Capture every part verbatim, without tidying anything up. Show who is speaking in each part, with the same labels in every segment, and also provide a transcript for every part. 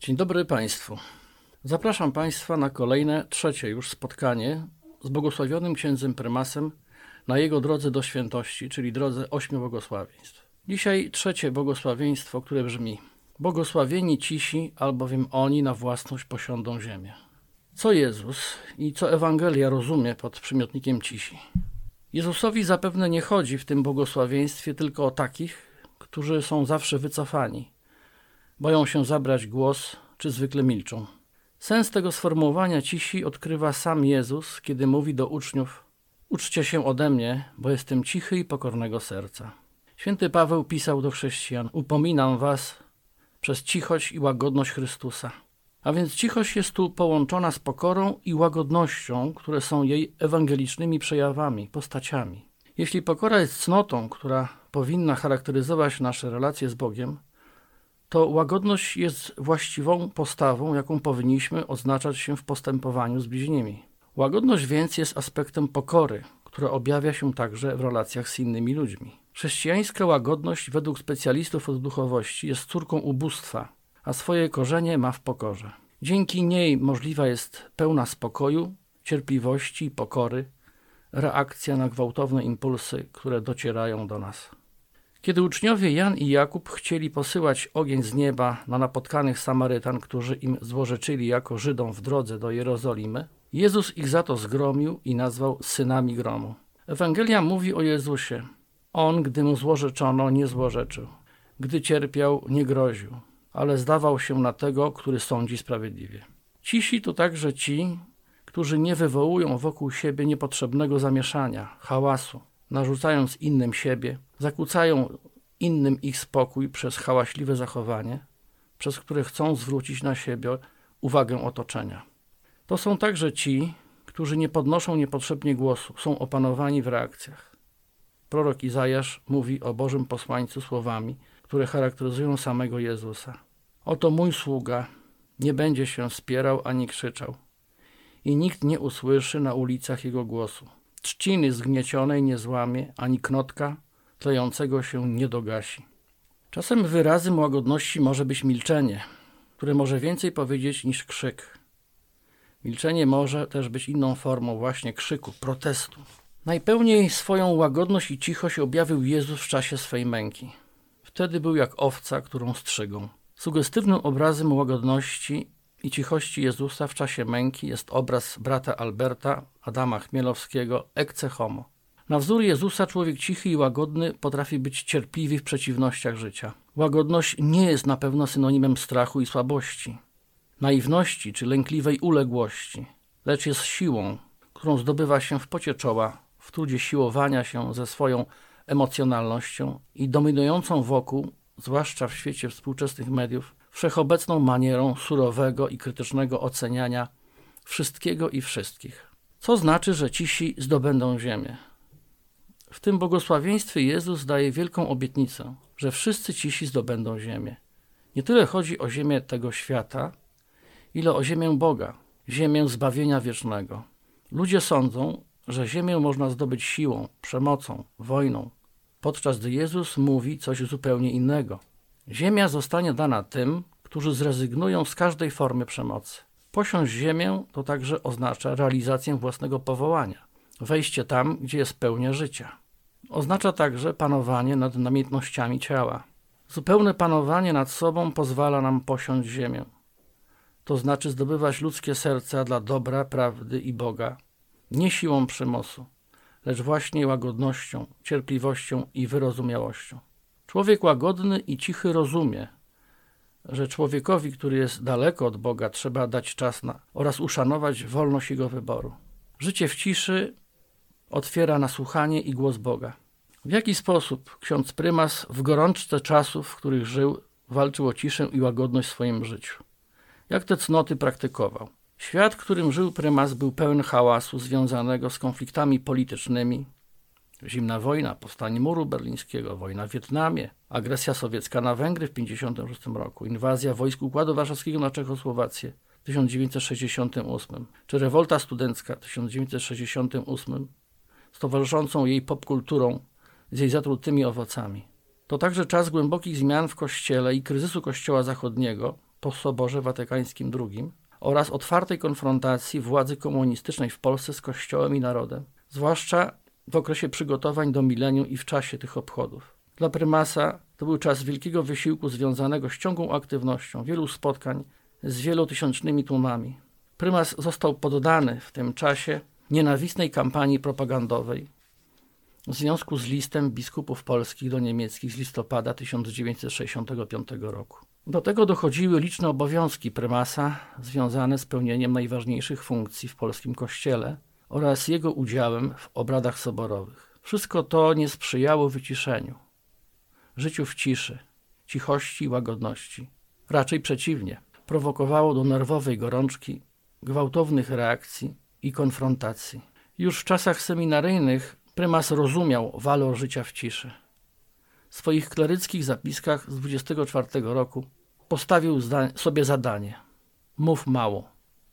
Speaker 1: Dzień dobry Państwu. Zapraszam Państwa na kolejne, trzecie już spotkanie z błogosławionym księdzem prymasem na jego drodze do świętości, czyli drodze ośmiu błogosławieństw. Dzisiaj trzecie błogosławieństwo, które brzmi: błogosławieni cisi, albowiem oni na własność posiądą ziemię. Co Jezus i co Ewangelia rozumie pod przymiotnikiem cisi? Jezusowi zapewne nie chodzi w tym błogosławieństwie tylko o takich, którzy są zawsze wycofani, boją się zabrać głos, czy zwykle milczą. Sens tego sformułowania cisi odkrywa sam Jezus, kiedy mówi do uczniów: uczcie się ode mnie, bo jestem cichy i pokornego serca. Święty Paweł pisał do chrześcijan: upominam was przez cichość i łagodność Chrystusa. A więc cichość jest tu połączona z pokorą i łagodnością, które są jej ewangelicznymi przejawami, postaciami. Jeśli pokora jest cnotą, która powinna charakteryzować nasze relacje z Bogiem, to łagodność jest właściwą postawą, jaką powinniśmy odznaczać się w postępowaniu z bliźnimi. Łagodność więc jest aspektem pokory, która objawia się także w relacjach z innymi ludźmi. Chrześcijańska łagodność według specjalistów od duchowości jest córką ubóstwa, a swoje korzenie ma w pokorze. Dzięki niej możliwa jest pełna spokoju, cierpliwości i pokory, reakcja na gwałtowne impulsy, które docierają do nas. Kiedy uczniowie Jan i Jakub chcieli posyłać ogień z nieba na napotkanych Samarytan, którzy im złorzeczyli jako Żydom w drodze do Jerozolimy, Jezus ich za to zgromił i nazwał synami gromu. Ewangelia mówi o Jezusie: On, gdy mu złorzeczono, nie złorzeczył. Gdy cierpiał, nie groził, ale zdawał się na tego, który sądzi sprawiedliwie. Cisi to także ci, którzy nie wywołują wokół siebie niepotrzebnego zamieszania, hałasu, narzucając innym siebie, zakłócają innym ich spokój przez hałaśliwe zachowanie, przez które chcą zwrócić na siebie uwagę otoczenia. To są także ci, którzy nie podnoszą niepotrzebnie głosu, są opanowani w reakcjach. Prorok Izajasz mówi o Bożym posłańcu słowami, które charakteryzują samego Jezusa. Oto mój sługa, nie będzie się spierał ani krzyczał i nikt nie usłyszy na ulicach jego głosu. Trzciny zgniecionej nie złamie, ani knotka tlejącego się nie dogasi. Czasem wyrazem łagodności może być milczenie, które może więcej powiedzieć niż krzyk. Milczenie może też być inną formą właśnie krzyku, protestu. Najpełniej swoją łagodność i cichość objawił Jezus w czasie swej męki. Wtedy był jak owca, którą strzygą. Sugestywnym obrazem łagodności i cichości Jezusa w czasie męki jest obraz brata Alberta Adama Chmielowskiego Ecce Homo. Na wzór Jezusa człowiek cichy i łagodny potrafi być cierpliwy w przeciwnościach życia. Łagodność nie jest na pewno synonimem strachu i słabości, naiwności czy lękliwej uległości, lecz jest siłą, którą zdobywa się w pocie czoła, w trudzie siłowania się ze swoją emocjonalnością i dominującą wokół, zwłaszcza w świecie współczesnych mediów, wszechobecną manierą surowego i krytycznego oceniania wszystkiego i wszystkich. Co znaczy, że cisi zdobędą ziemię? W tym błogosławieństwie Jezus daje wielką obietnicę, że wszyscy cisi zdobędą ziemię. Nie tyle chodzi o ziemię tego świata, ile o ziemię Boga, ziemię zbawienia wiecznego. Ludzie sądzą, że ziemię można zdobyć siłą, przemocą, wojną, podczas gdy Jezus mówi coś zupełnie innego. Ziemia zostanie dana tym, którzy zrezygnują z każdej formy przemocy. Posiąść ziemię to także oznacza realizację własnego powołania, wejście tam, gdzie jest pełnia życia. Oznacza także panowanie nad namiętnościami ciała. Zupełne panowanie nad sobą pozwala nam posiąść ziemię. To znaczy zdobywać ludzkie serca dla dobra, prawdy i Boga, nie siłą przymusu, lecz właśnie łagodnością, cierpliwością i wyrozumiałością. Człowiek łagodny i cichy rozumie, że człowiekowi, który jest daleko od Boga, trzeba dać czas na oraz uszanować wolność jego wyboru. Życie w ciszy otwiera na słuchanie i głos Boga. W jaki sposób ksiądz prymas w gorączce czasów, w których żył, walczył o ciszę i łagodność w swoim życiu? Jak te cnoty praktykował? Świat, w którym żył prymas, był pełen hałasu związanego z konfliktami politycznymi. Zimna wojna, powstanie muru berlińskiego, wojna w Wietnamie, agresja sowiecka na Węgry w tysiąc dziewięćset pięćdziesiątym szóstym roku, inwazja wojsk Układu Warszawskiego na Czechosłowację w tysiąc dziewięćset sześćdziesiątym ósmym, czy rewolta studencka w tysiąc dziewięćset sześćdziesiątym ósmym z towarzyszącą jej popkulturą, z jej zatrutymi owocami. To także czas głębokich zmian w Kościele i kryzysu Kościoła Zachodniego, po Soborze Watykańskim drugim oraz otwartej konfrontacji władzy komunistycznej w Polsce z Kościołem i narodem, zwłaszcza w okresie przygotowań do milenium i w czasie tych obchodów. Dla prymasa to był czas wielkiego wysiłku związanego z ciągłą aktywnością, wielu spotkań z wielotysięcznymi tłumami. Prymas został poddany w tym czasie nienawistnej kampanii propagandowej w związku z listem biskupów polskich do niemieckich z listopada tysiąc dziewięćset sześćdziesiątego piątego roku. Do tego dochodziły liczne obowiązki prymasa związane z pełnieniem najważniejszych funkcji w polskim kościele oraz jego udziałem w obradach soborowych. Wszystko to nie sprzyjało wyciszeniu, życiu w ciszy, cichości i łagodności. Raczej przeciwnie, prowokowało do nerwowej gorączki, gwałtownych reakcji i konfrontacji. Już w czasach seminaryjnych prymas rozumiał walor życia w ciszy. W swoich kleryckich zapiskach z dwudziestego czwartego roku postawił zda- sobie zadanie: mów mało,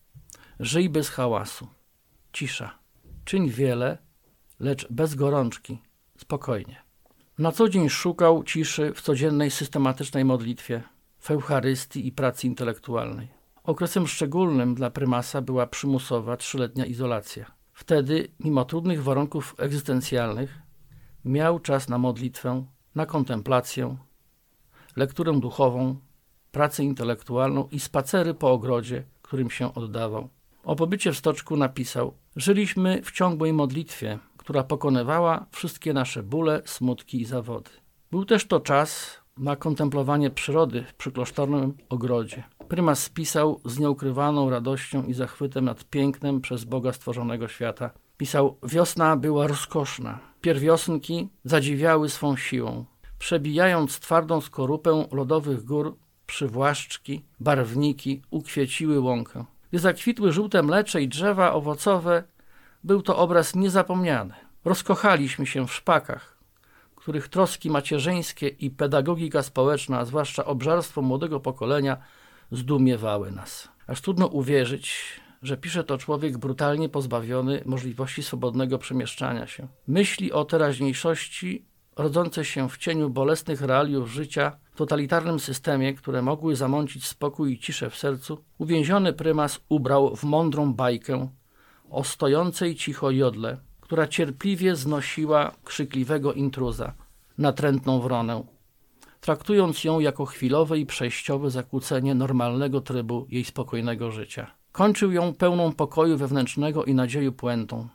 Speaker 1: żyj bez hałasu, cisza, czyń wiele, lecz bez gorączki, spokojnie. Na co dzień szukał ciszy w codziennej systematycznej modlitwie, w Eucharystii i pracy intelektualnej. Okresem szczególnym dla prymasa była przymusowa trzyletnia izolacja. Wtedy, mimo trudnych warunków egzystencjalnych, miał czas na modlitwę, na kontemplację, lekturę duchową, pracę intelektualną i spacery po ogrodzie, którym się oddawał. O pobycie w Stoczku napisał: żyliśmy w ciągłej modlitwie, która pokonywała wszystkie nasze bóle, smutki i zawody. Był też to czas na kontemplowanie przyrody w przyklasztornym ogrodzie. Prymas spisał z nieukrywaną radością i zachwytem nad pięknem przez Boga stworzonego świata. Pisał: wiosna była rozkoszna, pierwiosnki zadziwiały swą siłą. Przebijając twardą skorupę lodowych gór, przywłaszczki, barwniki ukwieciły łąkę. Gdy zakwitły żółte mlecze i drzewa owocowe, był to obraz niezapomniany. Rozkochaliśmy się w szpakach, których troski macierzyńskie i pedagogika społeczna, a zwłaszcza obżarstwo młodego pokolenia, zdumiewały nas. Aż trudno uwierzyć, że pisze to człowiek brutalnie pozbawiony możliwości swobodnego przemieszczania się. Myśli o teraźniejszości rodzące się w cieniu bolesnych realiów życia w totalitarnym systemie, które mogły zamącić spokój i ciszę w sercu, uwięziony prymas ubrał w mądrą bajkę o stojącej cicho jodle, która cierpliwie znosiła krzykliwego intruza, natrętną wronę, traktując ją jako chwilowe i przejściowe zakłócenie normalnego trybu jej spokojnego życia. Kończył ją pełną pokoju wewnętrznego i nadziei puentą.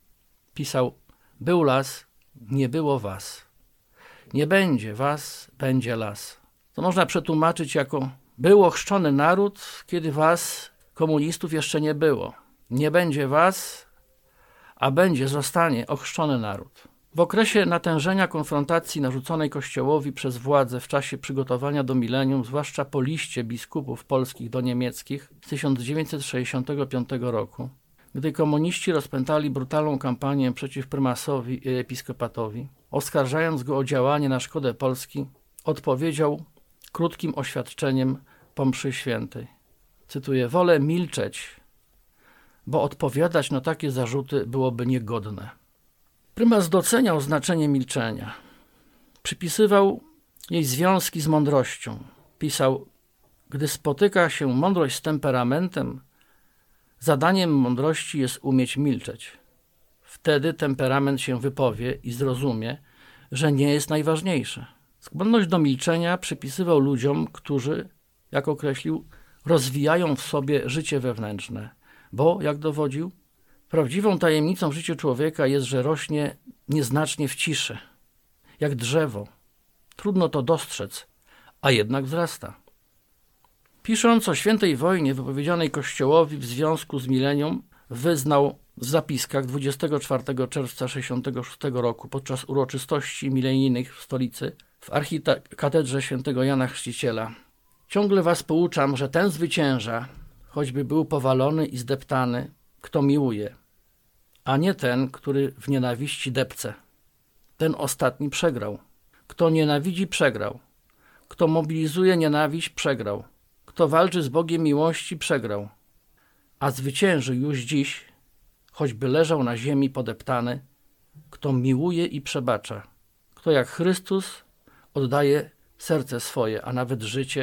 Speaker 1: Pisał: był las, nie było was. Nie będzie was, będzie las. To można przetłumaczyć jako: był ochrzczony naród, kiedy was, komunistów, jeszcze nie było. Nie będzie was, a będzie, zostanie ochrzczony naród. W okresie natężenia konfrontacji narzuconej Kościołowi przez władzę w czasie przygotowania do milenium, zwłaszcza po liście biskupów polskich do niemieckich z tysiąc dziewięćset sześćdziesiątego piątego roku, gdy komuniści rozpętali brutalną kampanię przeciw prymasowi i episkopatowi, oskarżając go o działanie na szkodę Polski, odpowiedział krótkim oświadczeniem po mszy świętej. Cytuję: wolę milczeć, bo odpowiadać na takie zarzuty byłoby niegodne. Prymas doceniał znaczenie milczenia. Przypisywał jej związki z mądrością. Pisał: gdy spotyka się mądrość z temperamentem, zadaniem mądrości jest umieć milczeć. Wtedy temperament się wypowie i zrozumie, że nie jest najważniejsze. Skłonność do milczenia przypisywał ludziom, którzy, jak określił, rozwijają w sobie życie wewnętrzne, bo, jak dowodził, prawdziwą tajemnicą w życiu człowieka jest, że rośnie nieznacznie w ciszy, jak drzewo. Trudno to dostrzec, a jednak wzrasta. Pisząc o świętej wojnie wypowiedzianej Kościołowi w związku z milenium, wyznał w zapiskach dwudziestego czwartego czerwca tysiąc dziewięćset sześćdziesiątego szóstego roku podczas uroczystości milenijnych w stolicy w archikatedrze świętego Jana Chrzciciela: ciągle was pouczam, że ten zwycięża, choćby był powalony i zdeptany, kto miłuje, a nie ten, który w nienawiści depce. Ten ostatni przegrał. Kto nienawidzi, przegrał. Kto mobilizuje nienawiść, przegrał. Kto walczy z Bogiem miłości, przegrał. A zwycięży już dziś, choćby leżał na ziemi podeptany, kto miłuje i przebacza. Kto jak Chrystus oddaje serce swoje, a nawet życie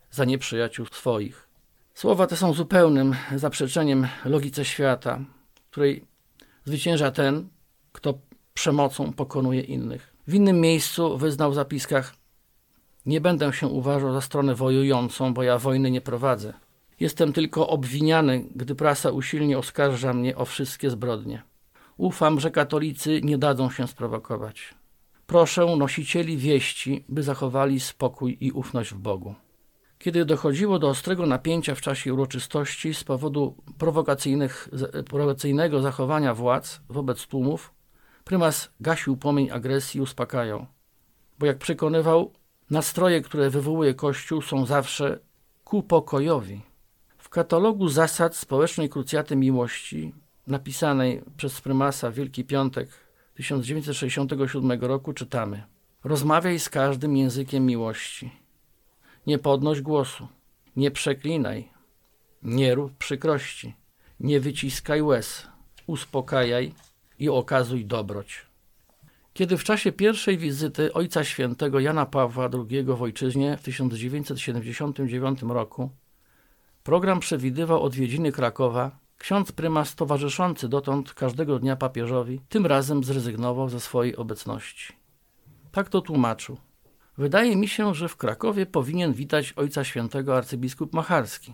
Speaker 1: za nieprzyjaciół swoich. Słowa te są zupełnym zaprzeczeniem logice świata, w której zwycięża ten, kto przemocą pokonuje innych. W innym miejscu wyznał w zapiskach: nie będę się uważał za stronę wojującą, bo ja wojny nie prowadzę. Jestem tylko obwiniany, gdy prasa usilnie oskarża mnie o wszystkie zbrodnie. Ufam, że katolicy nie dadzą się sprowokować. Proszę nosicieli wieści, by zachowali spokój i ufność w Bogu. Kiedy dochodziło do ostrego napięcia w czasie uroczystości z powodu prowokacyjnych, prowokacyjnego zachowania władz wobec tłumów, prymas gasił płomień agresji i uspokajał, bo jak przekonywał, nastroje, które wywołuje Kościół, są zawsze ku pokojowi. W katalogu zasad społecznej krucjaty miłości, napisanej przez prymasa w Wielki Piątek tysiąc dziewięćset sześćdziesiątego siódmego roku, czytamy: rozmawiaj z każdym językiem miłości. Nie podnoś głosu, nie przeklinaj, nie rób przykrości, nie wyciskaj łez, uspokajaj i okazuj dobroć. Kiedy w czasie pierwszej wizyty Ojca Świętego Jana Pawła drugiego w ojczyźnie w tysiąc dziewięćset siedemdziesiątym dziewiątym roku program przewidywał odwiedziny Krakowa, ksiądz prymas towarzyszący dotąd każdego dnia papieżowi tym razem zrezygnował ze swojej obecności. Tak to tłumaczył: wydaje mi się, że w Krakowie powinien witać Ojca Świętego arcybiskup Macharski.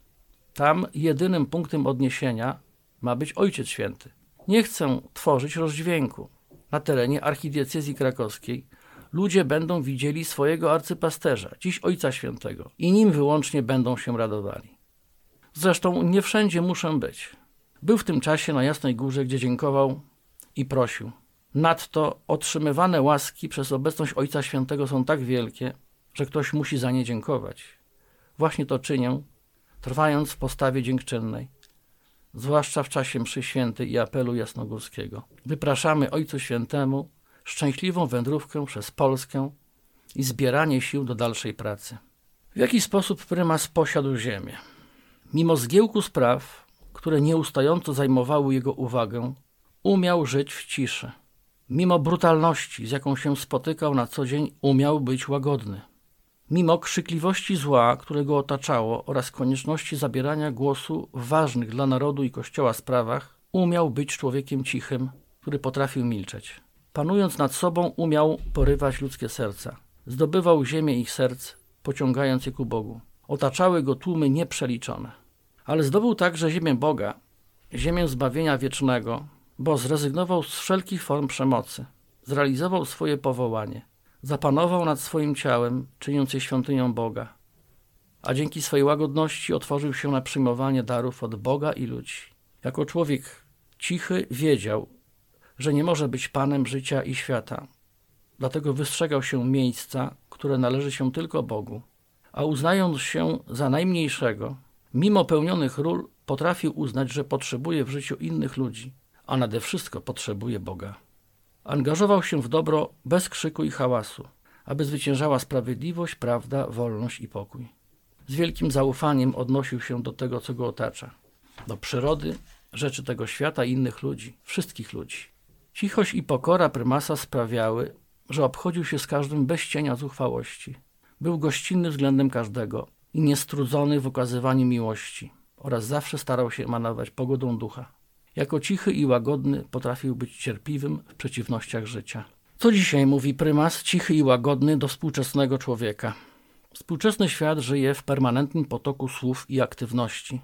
Speaker 1: Tam jedynym punktem odniesienia ma być Ojciec Święty. Nie chcę tworzyć rozdźwięku. Na terenie archidiecezji krakowskiej ludzie będą widzieli swojego arcypasterza, dziś Ojca Świętego, i nim wyłącznie będą się radowali. Zresztą nie wszędzie muszę być. Był w tym czasie na Jasnej Górze, gdzie dziękował i prosił. Nadto otrzymywane łaski przez obecność Ojca Świętego są tak wielkie, że ktoś musi za nie dziękować. Właśnie to czynię, trwając w postawie dziękczynnej, zwłaszcza w czasie mszy świętej i apelu jasnogórskiego. Wypraszamy Ojcu Świętemu szczęśliwą wędrówkę przez Polskę i zbieranie sił do dalszej pracy. W jaki sposób prymas posiadł ziemię? Mimo zgiełku spraw, które nieustająco zajmowały jego uwagę, umiał żyć w ciszy. Mimo brutalności, z jaką się spotykał na co dzień, umiał być łagodny. Mimo krzykliwości zła, które go otaczało, oraz konieczności zabierania głosu w ważnych dla narodu i Kościoła sprawach, umiał być człowiekiem cichym, który potrafił milczeć. Panując nad sobą, umiał porywać ludzkie serca. Zdobywał ziemię ich serc, pociągając je ku Bogu. Otaczały go tłumy nieprzeliczone. Ale zdobył także ziemię Boga, ziemię zbawienia wiecznego, bo zrezygnował z wszelkich form przemocy. Zrealizował swoje powołanie. Zapanował nad swoim ciałem, czyniąc je świątynią Boga. A dzięki swej łagodności otworzył się na przyjmowanie darów od Boga i ludzi. Jako człowiek cichy wiedział, że nie może być panem życia i świata. Dlatego wystrzegał się miejsca, które należy się tylko Bogu. A uznając się za najmniejszego, mimo pełnionych ról, potrafił uznać, że potrzebuje w życiu innych ludzi, a nade wszystko potrzebuje Boga. Angażował się w dobro bez krzyku i hałasu, aby zwyciężała sprawiedliwość, prawda, wolność i pokój. Z wielkim zaufaniem odnosił się do tego, co go otacza, do przyrody, rzeczy tego świata i innych ludzi, wszystkich ludzi. Cichość i pokora prymasa sprawiały, że obchodził się z każdym bez cienia zuchwałości. Był gościnny względem każdego i niestrudzony w okazywaniu miłości oraz zawsze starał się emanować pogodą ducha. Jako cichy i łagodny potrafił być cierpliwym w przeciwnościach życia. Co dzisiaj mówi prymas, cichy i łagodny, do współczesnego człowieka? Współczesny świat żyje w permanentnym potoku słów i aktywności,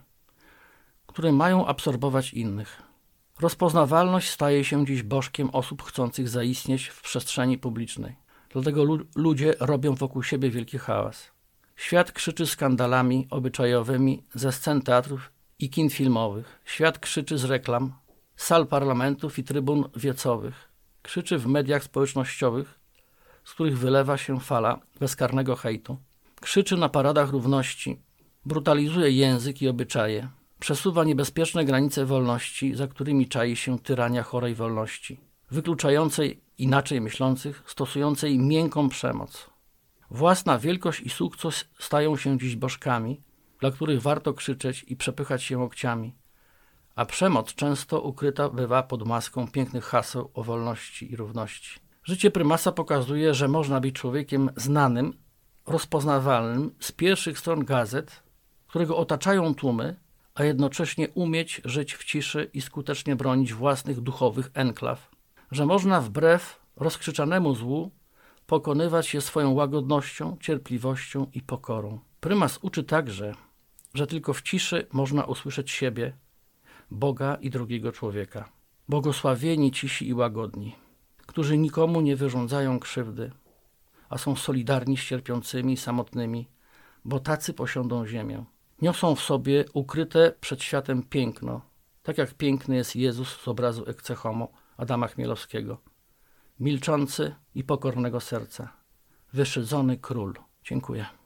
Speaker 1: które mają absorbować innych. Rozpoznawalność staje się dziś bożkiem osób chcących zaistnieć w przestrzeni publicznej. Dlatego lu- ludzie robią wokół siebie wielki hałas. Świat krzyczy skandalami obyczajowymi ze scen teatrów i kin filmowych. Świat krzyczy z reklam, sal parlamentów i trybun wiecowych. Krzyczy w mediach społecznościowych, z których wylewa się fala bezkarnego hejtu. Krzyczy na paradach równości, brutalizuje język i obyczaje. Przesuwa niebezpieczne granice wolności, za którymi czai się tyrania chorej wolności, wykluczającej inaczej myślących, stosującej miękką przemoc. Własna wielkość i sukces stają się dziś bożkami, dla których warto krzyczeć i przepychać się łokciami, a przemoc często ukryta bywa pod maską pięknych haseł o wolności i równości. Życie prymasa pokazuje, że można być człowiekiem znanym rozpoznawalnym z pierwszych stron gazet, którego otaczają tłumy, a jednocześnie umieć żyć w ciszy i skutecznie bronić własnych duchowych enklaw, że można wbrew rozkrzyczanemu złu pokonywać się swoją łagodnością, cierpliwością i pokorą. Prymas uczy także, że tylko w ciszy można usłyszeć siebie, Boga i drugiego człowieka. Błogosławieni cisi i łagodni, którzy nikomu nie wyrządzają krzywdy, a są solidarni z cierpiącymi i samotnymi, bo tacy posiądą ziemię. Niosą w sobie ukryte przed światem piękno, tak jak piękny jest Jezus z obrazu Ecce Homo Adama Chmielowskiego. Milczący i pokornego serca. Wyszydzony król. Dziękuję.